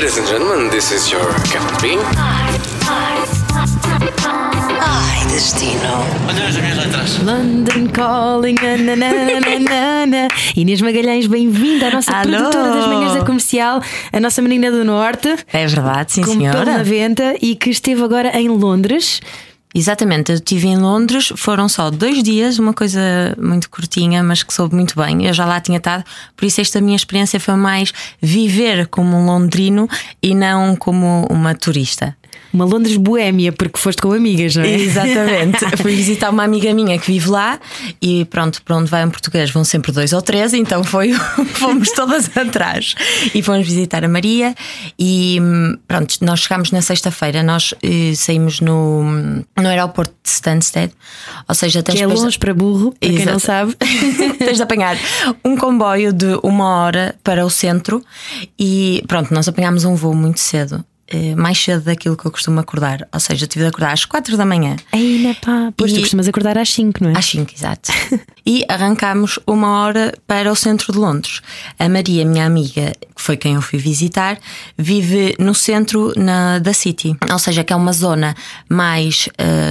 Ladies and gentlemen, this is your Captain Bean. Ai, destino. Olha as minhas letras. London Calling. Nananana. Inês Magalhães, bem-vinda à nossa produtora das manhãs da Comercial, a nossa menina do Norte. É verdade, sim, como senhora. Como 90 e que esteve agora em Londres. Exatamente, eu estive em Londres, foram só 2 dias, uma coisa muito curtinha, mas que soube muito bem. Eu já lá tinha estado, por isso esta minha experiência foi mais viver como um londrino e não como uma turista. Uma Londres boémia, porque foste com amigas, não é? Exatamente. Fui visitar uma amiga minha que vive lá e pronto, para onde vai um português vão sempre 2 ou 3, então fomos todas atrás e fomos visitar a Maria. E pronto, nós chegámos na sexta-feira, nós saímos no aeroporto de Stansted, ou seja, tens que é longe para burro, para quem não sabe. Tens de apanhar um comboio de 1 hora para o centro e pronto, nós apanhámos um voo muito cedo. Mais cedo daquilo que eu costumo acordar. Ou seja, eu tive de acordar às 4 da manhã. Ainda pá, pois tu costumas acordar às 5, não é? Às 5, exato. E arrancámos 1 hora para o centro de Londres. A Maria, minha amiga, que foi quem eu fui visitar, vive no centro da City. Ou seja, que é uma zona mais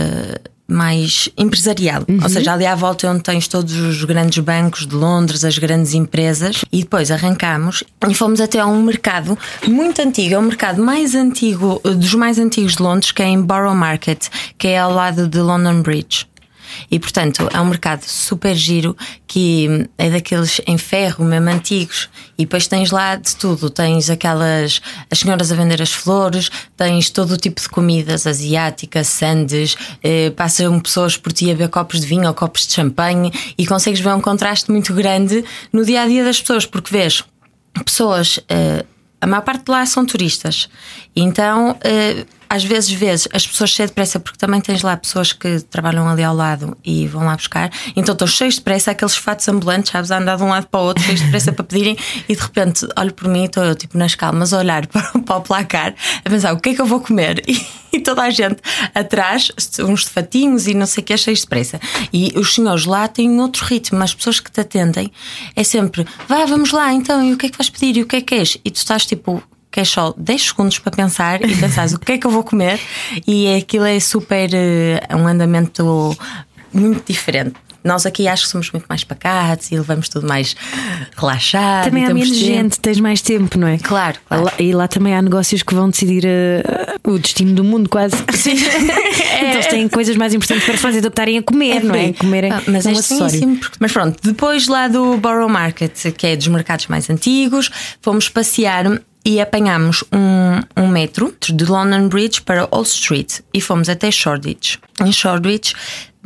empresarial, ou seja, ali à volta é onde tens todos os grandes bancos de Londres, as grandes empresas. E depois arrancámos e fomos até a um mercado muito antigo, é o mercado mais antigo, dos mais antigos de Londres, que é em Borough Market, que é ao lado de London Bridge. E portanto é um mercado super giro, que é daqueles em ferro mesmo antigos. E depois tens lá de tudo. Tens as senhoras a vender as flores, tens todo o tipo de comidas asiáticas, sandes, passam pessoas por ti a ver copos de vinho ou copos de champanhe. E consegues ver um contraste muito grande no dia a dia das pessoas, porque vês pessoas, a maior parte de lá são turistas. Então às vezes as pessoas cheias de pressa, porque também tens lá pessoas que trabalham ali ao lado e vão lá buscar. Então estão cheios de pressa, aqueles fatos ambulantes, sabes, a andar de um lado para o outro, cheios de pressa para pedirem. E de repente olho por mim, estou eu tipo nas calmas a olhar para o placar, a pensar o que é que eu vou comer. E toda a gente atrás, uns de fatinhos e não sei o que, cheios de pressa. E os senhores lá têm outro ritmo. As pessoas que te atendem é sempre: vamos lá então, e o que é que vais pedir, e o que é que és? E tu estás tipo: queres só 10 segundos para pensar e pensares o que é que eu vou comer. E aquilo é super um andamento muito diferente. Nós aqui acho que somos muito mais pacatos e levamos tudo mais relaxado. Também há menos gente, tens mais tempo, não é? Claro. E lá também há negócios que vão decidir o destino do mundo, quase. Sim. Então eles têm coisas mais importantes para fazer do que estarem a comer, não é? Comer mas é um assim, acessório. Mas pronto, depois lá do Borough Market, que é dos mercados mais antigos, fomos passear e apanhámos um metro de London Bridge para Old Street e fomos até Shoreditch. Em Shoreditch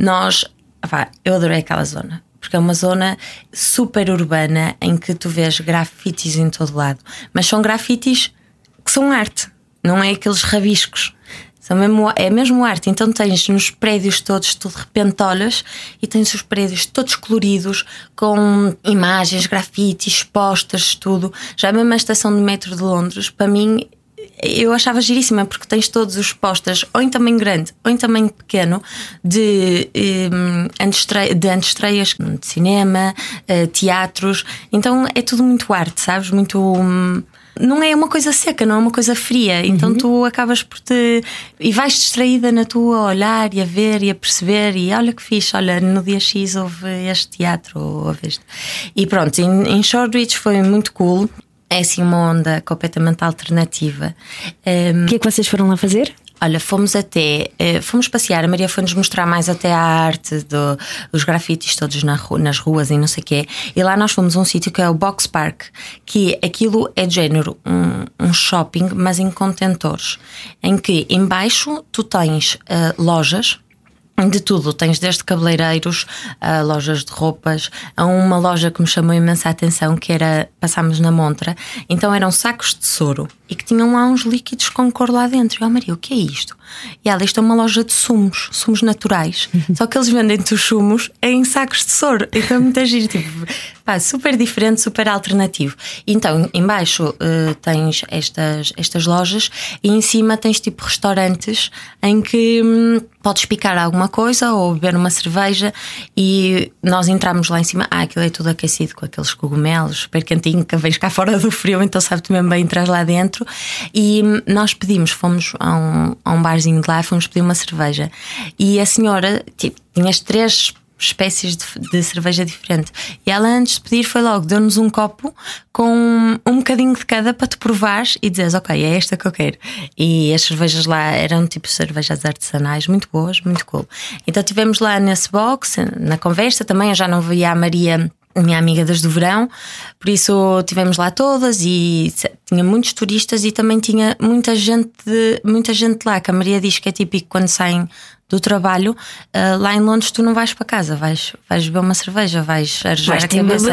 eu adorei aquela zona, porque é uma zona super urbana em que tu vês grafites em todo lado, mas são grafites que são arte, não é aqueles rabiscos. É mesmo arte. Então tens nos prédios todos, tu de repente olhas e tens os prédios todos coloridos, com imagens, grafites, posters, tudo. Já mesmo a estação de metro de Londres, para mim, eu achava giríssima, porque tens todos os posters, ou em tamanho grande ou em tamanho pequeno, de antestreias de cinema, teatros. Então é tudo muito arte, sabes? Muito... Não é uma coisa seca, não é uma coisa fria. Então tu acabas por e vais distraída na tua a olhar e a ver e a perceber. E olha que fixe, olha, no dia X houve este teatro ou houve este. E pronto, em Shoreditch foi muito cool. É assim uma onda completamente alternativa. O que é que vocês foram lá fazer? Olha, fomos passear. A Maria foi-nos mostrar mais até a arte dos grafites todos nas ruas e não sei o quê. E lá nós fomos a um sítio que é o Box Park, que aquilo é de género um shopping, mas em contentores, em que embaixo tu tens lojas de tudo. Tens desde cabeleireiros a lojas de roupas, a uma loja que me chamou imensa atenção, que era, passámos na montra, então eram sacos de soro e que tinham lá uns líquidos com cor lá dentro. E Maria, o que é isto? E ela, isto é uma loja de sumos naturais. Só que eles vendem-te os sumos em sacos de soro. Então é muito giro, tipo, Pá, super diferente, super alternativo. Então, embaixo tens estas lojas e em cima tens tipo restaurantes em que podes picar alguma coisa ou beber uma cerveja. E nós entramos lá em cima. Aquilo é tudo aquecido com aqueles cogumelos, super quentinho, que vens cá fora do frio, então sabe-te mesmo bem entrar lá dentro. E nós fomos a um barzinho de lá, fomos pedir uma cerveja. E a senhora, tipo, tinhas 3 espécies de cerveja diferente. E ela, antes de pedir, foi logo, deu-nos um copo com um bocadinho de cada para tu provares e dizes, ok, é esta que eu quero. E as cervejas lá eram tipo cervejas artesanais, muito boas, muito cool. Então estivemos lá nesse box, na conversa também. Eu já não via a Maria, a minha amiga desde o verão, por isso estivemos lá todas e tinha muitos turistas e também tinha muita gente lá, que a Maria diz que é típico quando saem do trabalho. Lá em Londres tu não vais para casa, vais beber uma cerveja, vais arejar a cabeça.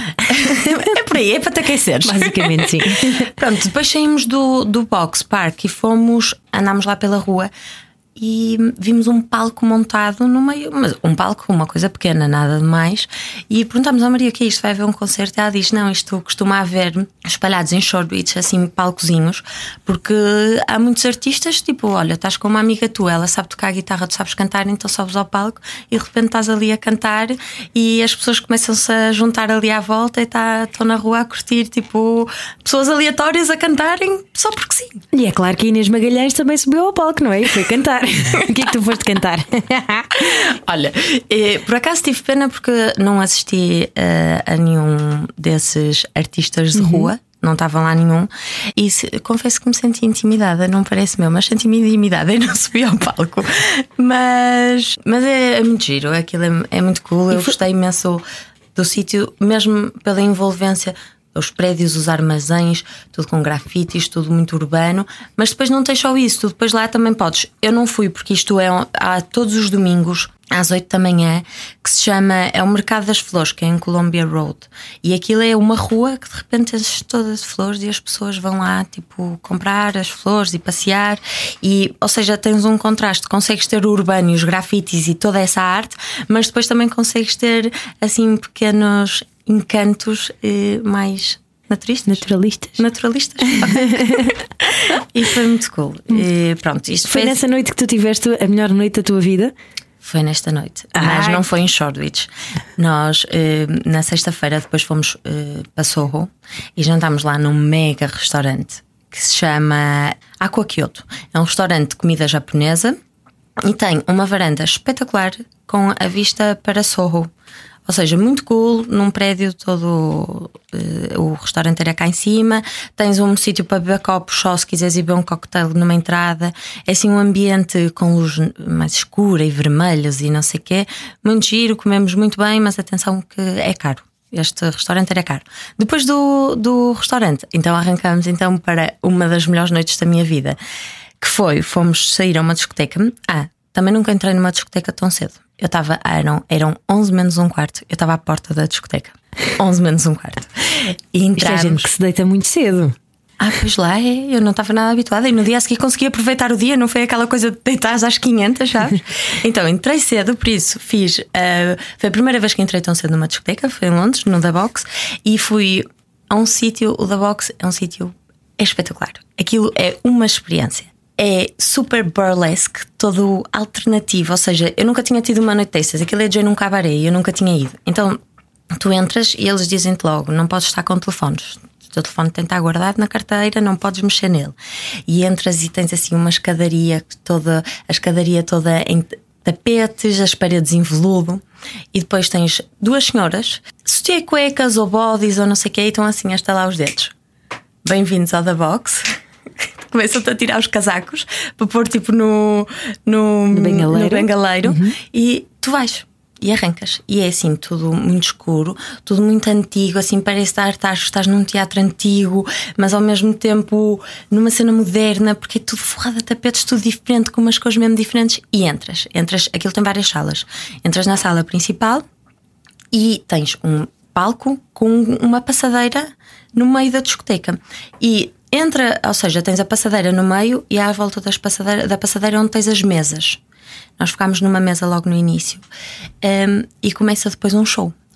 É por aí, é para te aqueceres. Basicamente, sim. Pronto, depois saímos do Box Park e andámos lá pela rua e vimos um palco montado no meio, mas um palco, uma coisa pequena, nada de mais. E perguntámos à Maria, o que é isto? Vai haver um concerto? Ela diz, não, isto costuma haver espalhados em Shoreditch, assim, palcozinhos, porque há muitos artistas, tipo, olha, estás com uma amiga tua, ela sabe tocar a guitarra, tu sabes cantar, então sobes ao palco e de repente estás ali a cantar e as pessoas começam-se a juntar ali à volta e estão na rua a curtir, tipo, pessoas aleatórias a cantarem só porque sim. E é claro que a Inês Magalhães também subiu ao palco, não é? E foi cantar. O que é que tu foste cantar? Olha, por acaso tive pena porque não assisti a nenhum desses artistas de rua. Não estava lá nenhum. E confesso que me senti intimidada. Não parece meu, mas senti-me intimidada e não subi ao palco. Mas é muito giro. Aquilo é muito cool. Eu gostei imenso do sítio, mesmo pela envolvência. Os prédios, os armazéns, tudo com grafites, tudo muito urbano. Mas depois não tens só isso, tu depois lá também podes. Eu não fui porque isto há todos os domingos às 8 da manhã, que se chama, é o Mercado das Flores, que é em Columbia Road. E aquilo é uma rua que de repente tens toda de flores e as pessoas vão lá tipo comprar as flores e passear. E, ou seja, tens um contraste, consegues ter o urbano e os grafites e toda essa arte, mas depois também consegues ter assim pequenos encantos mais naturalistas. E foi muito cool. E pronto, isto foi nessa noite que tu tiveste a melhor noite da tua vida? Foi nesta noite, mas não foi em Shoreditch. Nós na sexta-feira depois fomos para Soho e jantámos lá num mega restaurante que se chama Aqua Kyoto. É um restaurante de comida japonesa e tem uma varanda espetacular com a vista para Soho. Ou seja, muito cool, num prédio todo. O restaurante era cá em cima. Tens um sítio para beber copos só se quiseres ir beber um cocktail numa entrada. É assim um ambiente com luz mais escura e vermelhas e não sei o quê. Muito giro, comemos muito bem, mas atenção que é caro. Este restaurante era caro. Depois do restaurante, então arrancamos então para uma das melhores noites da minha vida, que fomos sair a uma discoteca. Também nunca entrei numa discoteca tão cedo. Eu estava, eram 11 menos um quarto. Eu estava à porta da discoteca. 11 menos um quarto. E entramos. Isto é gente que se deita muito cedo. Pois lá é. Eu não estava nada habituada. E no dia a seguir consegui aproveitar o dia. Não foi aquela coisa de deitar às 500, sabes? Então entrei cedo, por isso fiz. Foi a primeira vez que entrei tão cedo numa discoteca. Foi em Londres, no The Box. E fui a um sítio. O The Box é um sítio espetacular. Aquilo é uma experiência. É super burlesque, todo alternativo. Ou seja, eu nunca tinha tido uma noite dessas. Aquilo é de num cabaré e eu nunca tinha ido. Então tu entras e eles dizem-te logo: não podes estar com telefones. O teu telefone tem que estar guardado na carteira, não podes mexer nele. E entras e tens assim uma escadaria toda, a escadaria toda em tapetes, as paredes em veludo. E depois tens duas senhoras, sutiã e cuecas ou bodies ou não sei o que, e estão assim a estalar os dedos. Bem-vindos ao The Box. Começam-te a tirar os casacos para pôr tipo no bengaleiro. E tu vais e arrancas. E é assim, tudo muito escuro, tudo muito antigo, assim, parece estás num teatro antigo, mas ao mesmo tempo numa cena moderna, porque é tudo forrado a tapetes, tudo diferente, com umas cores mesmo diferentes. E entras, aquilo tem várias salas. Entras na sala principal e tens um palco com uma passadeira no meio da discoteca. E ou seja, tens a passadeira no meio e à volta da passadeira onde tens as mesas. Nós ficámos numa mesa logo no início. E começa depois um show.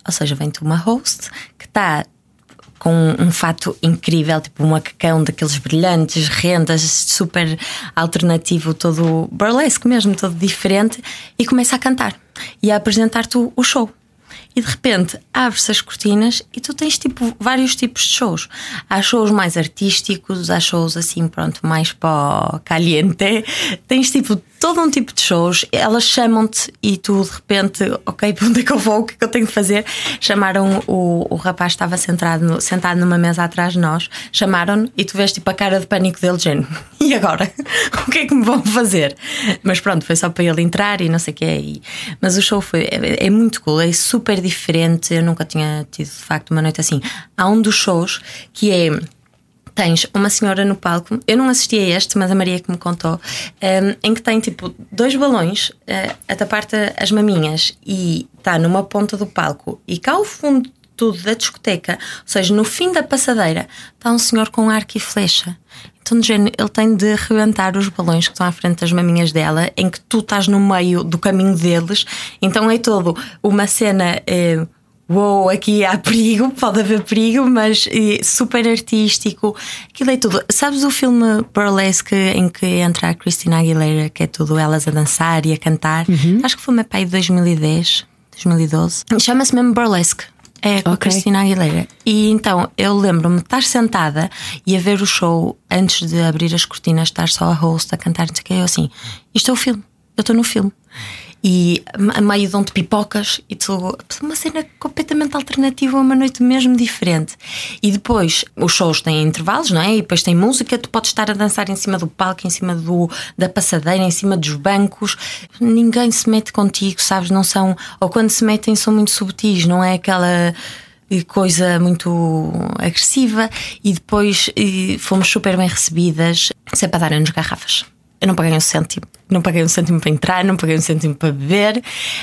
Ou seja, vem-te uma host que está com um fato incrível, tipo um macacão daqueles brilhantes, rendas, super alternativo, todo burlesque mesmo, todo diferente, e começa a cantar e a apresentar-te o show. E de repente abre-se as cortinas e tu tens tipo vários tipos de shows. Há shows mais artísticos, há shows assim, pronto, mais para caliente. Tens tipo todo um tipo de shows. Elas chamam-te e tu de repente, ok, para onde é que eu vou? O que é que eu tenho de fazer? Chamaram o rapaz que estava sentado numa mesa atrás de nós. Chamaram-no e tu vês tipo a cara de pânico dele, género. E agora? O que é que me vão fazer? Mas pronto, foi só para ele entrar e não sei o que é. Mas o show é muito cool, é super diferente. Eu nunca tinha tido de facto uma noite assim. Há um dos shows que é: tens uma senhora no palco, eu não assisti a este, mas a Maria que me contou, em que tem tipo 2 balões a tapar-te as maminhas e está numa ponta do palco, e cá ao fundo tudo da discoteca, ou seja, no fim da passadeira, está um senhor com arco e flecha. Então, de género, ele tem de arrebentar os balões que estão à frente das maminhas dela, em que tu estás no meio do caminho deles. Então é todo uma cena. Uou, aqui há perigo, pode haver perigo, mas super artístico. Aquilo é tudo. Sabes o filme Burlesque em que entra a Christina Aguilera, que é tudo elas a dançar e a cantar? Acho que o filme é para aí de 2010, 2012. Chama-se mesmo Burlesque. É com a Christina Aguilera. E então eu lembro-me de estar sentada e a ver o show antes de abrir as cortinas, estar só a host a cantar, não sei o que. Eu assim, isto é o filme, eu estou no filme. E a meio dão-te pipocas e tu, uma cena completamente alternativa, uma noite mesmo diferente. E depois os shows têm intervalos, não é? E depois tem música, tu podes estar a dançar em cima do palco, em cima da passadeira, em cima dos bancos. Ninguém se mete contigo, sabes? Não são, ou quando se metem são muito subtis, não é aquela coisa muito agressiva. E depois fomos super bem recebidas, sempre a darem-nos garrafas. Eu não paguei um cêntimo. Não paguei um cêntimo para entrar, não paguei um cêntimo para beber.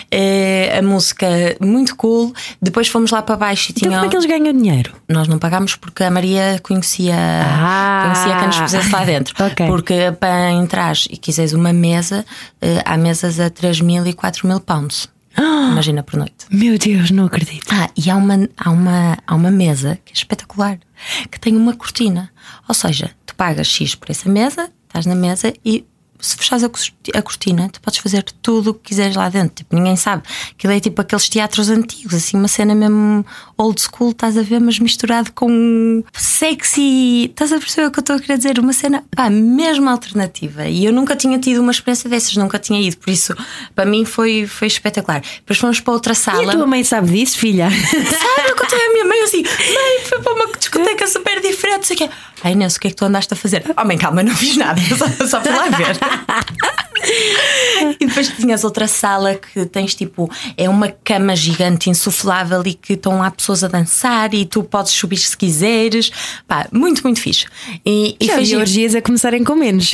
A música muito cool. Depois fomos lá para baixo e então como é que eles ganham dinheiro? Nós não pagámos porque a Maria conhecia quem nos pusesse lá dentro. Porque para entrar e quiseres uma mesa, há mesas a 3.000 e 4.000 pounds. Imagina por noite. Meu Deus, não acredito. E há uma mesa que é espetacular, que tem uma cortina. Ou seja, tu pagas X por essa mesa, estás na mesa e se fechares a cortina, tu podes fazer tudo o que quiseres lá dentro. Tipo, ninguém sabe. Aquilo é tipo aqueles teatros antigos, assim, uma cena mesmo old school, estás a ver, mas misturado com sexy. Estás a perceber o que eu estou a querer dizer? Uma cena, mesmo alternativa. E eu nunca tinha tido uma experiência dessas, nunca tinha ido. Por isso, para mim foi espetacular. Depois fomos para outra sala. E a tua mãe sabe disso, filha? Sabe, eu contei à minha mãe assim: mãe, foi para uma discoteca super diferente, não sei o quê. Inês, o que é que tu andaste a fazer? Mãe, calma, não fiz nada, só fui lá ver. E depois tinhas outra sala que tens tipo, é uma cama gigante insuflável e que estão lá pessoas a dançar e tu podes subir se quiseres. Muito, muito fixe. E foi orgias a começarem com menos.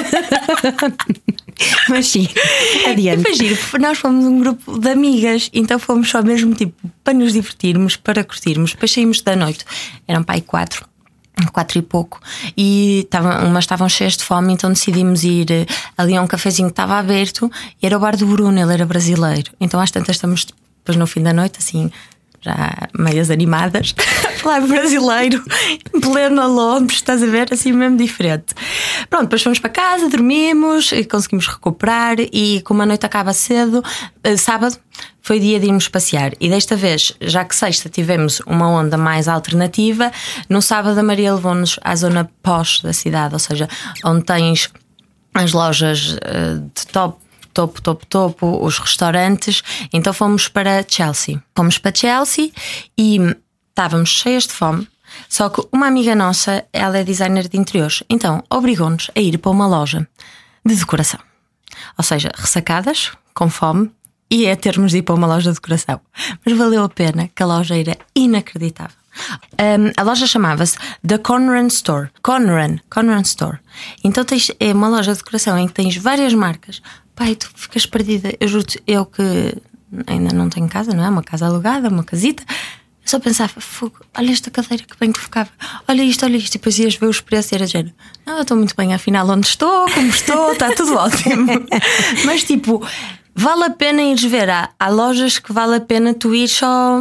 Mas sim, adiante. E foi giro, nós fomos um grupo de amigas, então fomos só mesmo tipo para nos divertirmos, para curtirmos. Depois saímos da noite, eram pai 4 e pouco, e umas estavam cheias de fome, então decidimos ir ali a um cafezinho que estava aberto, e era o bar do Bruno, ele era brasileiro. Então às tantas estamos depois no fim da noite, assim, já meias animadas, a falar brasileiro, em pleno Londres, estás a ver, assim mesmo diferente. Pronto, depois fomos para casa, dormimos e conseguimos recuperar. E como a noite acaba cedo, sábado foi dia de irmos passear. E desta vez, já que sexta tivemos uma onda mais alternativa, no sábado a Maria levou-nos à zona posh da cidade, ou seja, onde tens as lojas de topo, os restaurantes. Então fomos para Chelsea. Fomos para Chelsea e estávamos cheias de fome. Só que uma amiga nossa, ela é designer de interiores, então obrigou-nos a ir para uma loja de decoração. Ou seja, ressacadas, com fome, e a termos de ir para uma loja de decoração. Mas valeu a pena, que a loja era inacreditável. A loja chamava-se The Conran Store. Conran Store. Então é uma loja de decoração em que tens várias marcas. Pai, tu ficas perdida. Eu juro-te, eu que ainda não tenho casa, não é? Uma casa alugada, uma casita. Eu só pensava, olha esta cadeira que bem que ficava. Olha isto. E depois ias ver os preços e era género. Não, eu estou muito bem, afinal, onde estou, como estou, está tudo ótimo. Mas tipo, vale a pena ires ver. Há lojas que vale a pena tu ir só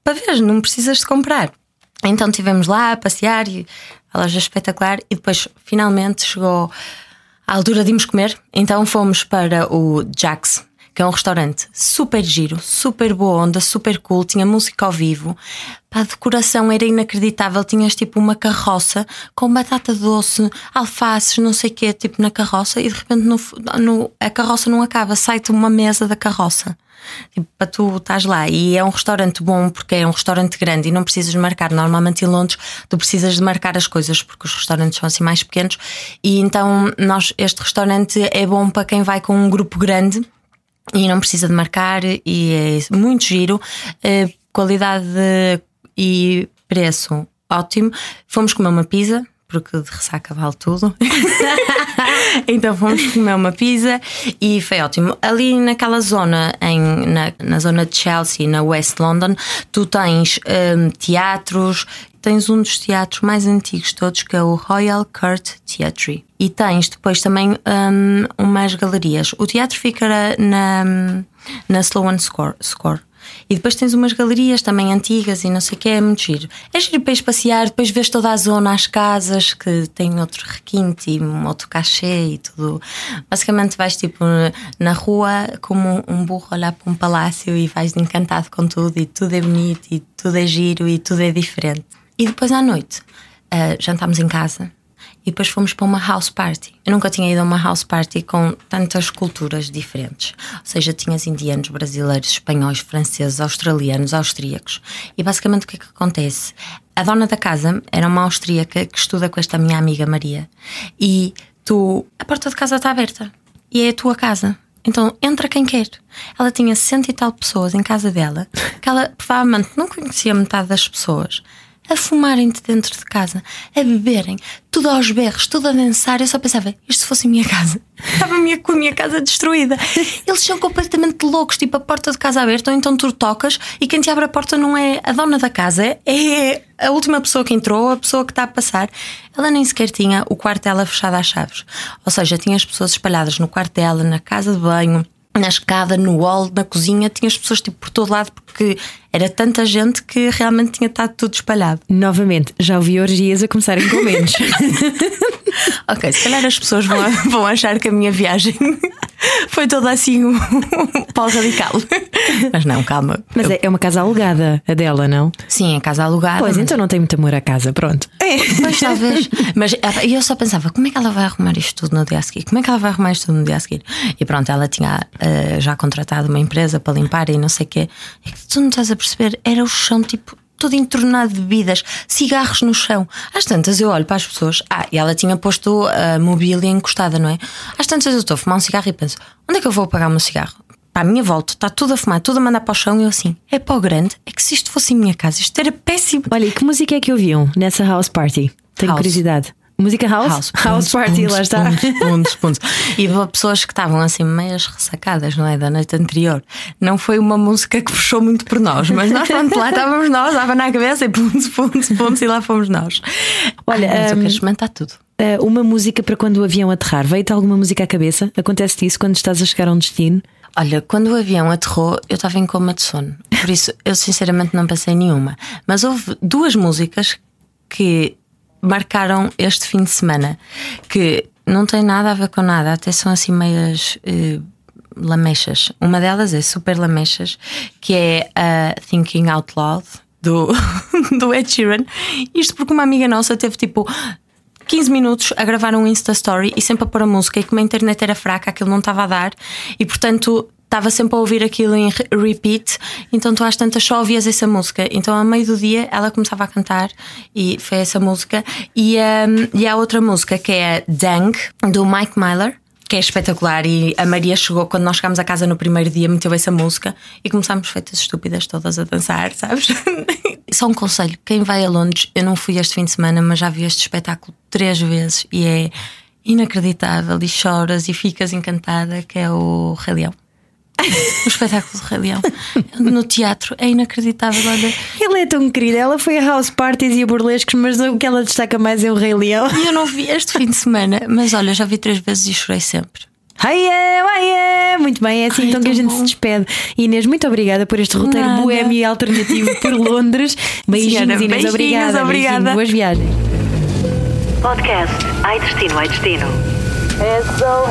para ver, não precisas de comprar. Então estivemos lá a passear e a loja espetacular. E depois finalmente chegou a altura de irmos comer. Então fomos para o Jack's, que é um restaurante super giro, super boa onda, super cool. Tinha música ao vivo. A decoração era inacreditável. Tinhas tipo uma carroça com batata doce, alfaces, não sei o quê, tipo na carroça. E de repente a carroça não acaba, sai-te uma mesa da carroça, tipo, para tu estás lá. E é um restaurante bom porque é um restaurante grande e não precisas de marcar. Normalmente em Londres tu precisas de marcar as coisas porque os restaurantes são assim mais pequenos. E então este restaurante é bom para quem vai com um grupo grande e não precisa de marcar, e é muito giro, qualidade e preço ótimo. Fomos comer uma pizza, porque de ressaca vale tudo. Então fomos comer uma pizza e foi ótimo. Ali naquela zona, na zona de Chelsea, na West London, tu tens teatros. Tens um dos teatros mais antigos de todos, que é o Royal Court Theatre. E tens depois também umas galerias. O teatro fica na Sloane Square. E depois tens umas galerias também antigas e não sei o que, é muito giro. É giro para ir passear, depois vês toda a zona, as casas que têm outro requinte e um outro cachê e tudo. Basicamente vais tipo na rua como um burro olhar para um palácio e vais encantado com tudo, e tudo é bonito e tudo é giro e tudo é diferente. E depois à noite jantámos em casa e depois fomos para uma house party. Eu nunca tinha ido a uma house party com tantas culturas diferentes. Ou seja, tinhas indianos, brasileiros, espanhóis, franceses, australianos, austríacos. E basicamente o que é que acontece? A dona da casa era uma austríaca que estuda com esta minha amiga Maria. E a porta de casa está aberta e é a tua casa. Então entra quem quer. Ela tinha 100 e tal pessoas em casa dela, que ela provavelmente não conhecia metade das pessoas, a fumarem-te dentro de casa, a beberem, tudo aos berros, tudo a dançar. Eu só pensava, isto se fosse a minha casa, estava com a minha casa destruída. Eles são completamente loucos, tipo a porta de casa aberta, ou então tu tocas e quem te abre a porta não é a dona da casa, é a última pessoa que entrou, a pessoa que está a passar. Ela nem sequer tinha o quarto dela fechado às chaves. Ou seja, tinha as pessoas espalhadas no quarto dela, na casa de banho, na escada, no hall, na cozinha. Tinha as pessoas tipo por todo lado, porque era tanta gente que realmente tinha estado tudo espalhado. Novamente, já ouvi orgias a começarem com menos. Ok, se calhar as pessoas vão achar que a minha viagem foi toda assim um pau radical. Mas não, calma. Mas é uma casa alugada, a dela, não? Sim, é casa alugada. Pois, então não tem muito amor à casa, pronto. Pois talvez. Mas eu só pensava, como é que ela vai arrumar isto tudo no dia a seguir? Como é que ela vai arrumar isto tudo no dia a seguir? E pronto, ela tinha já contratado uma empresa para limpar e não sei o quê. É que tu não estás a perceber, era o chão tipo todo entornado de bebidas, cigarros no chão. Às tantas eu olho para as pessoas, e ela tinha posto a mobília encostada, não é? Às tantas eu estou a fumar um cigarro e penso, onde é que eu vou apagar o meu cigarro? Para a minha volta, está tudo a fumar, tudo a mandar para o chão. E eu assim, é para o grande, é que se isto fosse em minha casa, isto era péssimo. Olha, e que música é que ouviam nessa house party? Tenho curiosidade. Música house? House party, lá está. Pontos. E pessoas que estavam assim meias ressacadas, não é? Da noite anterior. Não foi uma música que puxou muito por nós, mas nós pronto, lá estávamos nós, dava na cabeça e pontos, e lá fomos nós. Olha, eu quero experimentar tudo. Uma música para quando o avião aterrar. Veio-te alguma música à cabeça? Acontece isso quando estás a chegar a um destino? Olha, quando o avião aterrou, eu estava em coma de sono. Por isso, eu sinceramente não pensei em nenhuma. Mas houve duas músicas que marcaram este fim de semana, que não tem nada a ver com nada, até são assim meias lamechas. Uma delas é super lamechas, que é a Thinking Out Loud do Ed Sheeran. Isto porque uma amiga nossa teve tipo 15 minutos a gravar um Insta Story e sempre a pôr a música, e como a internet era fraca, aquilo não estava a dar, e portanto estava sempre a ouvir aquilo em repeat. Então tu às tantas só ouvias essa música. Então a meio do dia ela começava a cantar e foi essa música. E há outra música que é Dang, do Mike Miller, que é espetacular. E a Maria chegou, quando nós chegámos a casa no primeiro dia, meteu essa música e começámos feitas estúpidas todas a dançar, sabes? Só um conselho, quem vai a Londres, eu não fui este fim de semana, mas já vi este espetáculo 3 vezes e é inacreditável, e choras e ficas encantada, que é o Rei Leão. O espetáculo do Rei Leão no teatro é inacreditável. Olha. Ela é tão querida, ela foi a house parties e a burlescos, mas o que ela destaca mais é o Rei Leão. E eu não vi este fim de semana, mas olha, já vi 3 vezes e chorei sempre. Muito bem, é assim então que a gente se despede. Inês, muito obrigada por este roteiro boêmio e alternativo por Londres. Beijinhos, Inês, obrigada. Beijinho, boas viagens. Podcast Ai Destino, Ai Destino. It's so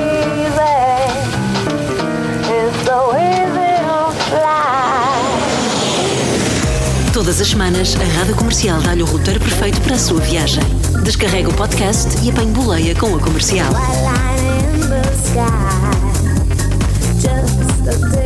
easy to fly. Todas as semanas, a Rádio Comercial dá-lhe o roteiro perfeito para a sua viagem. Descarrega o podcast e apanhe boleia com a Comercial. White line in the sky, just a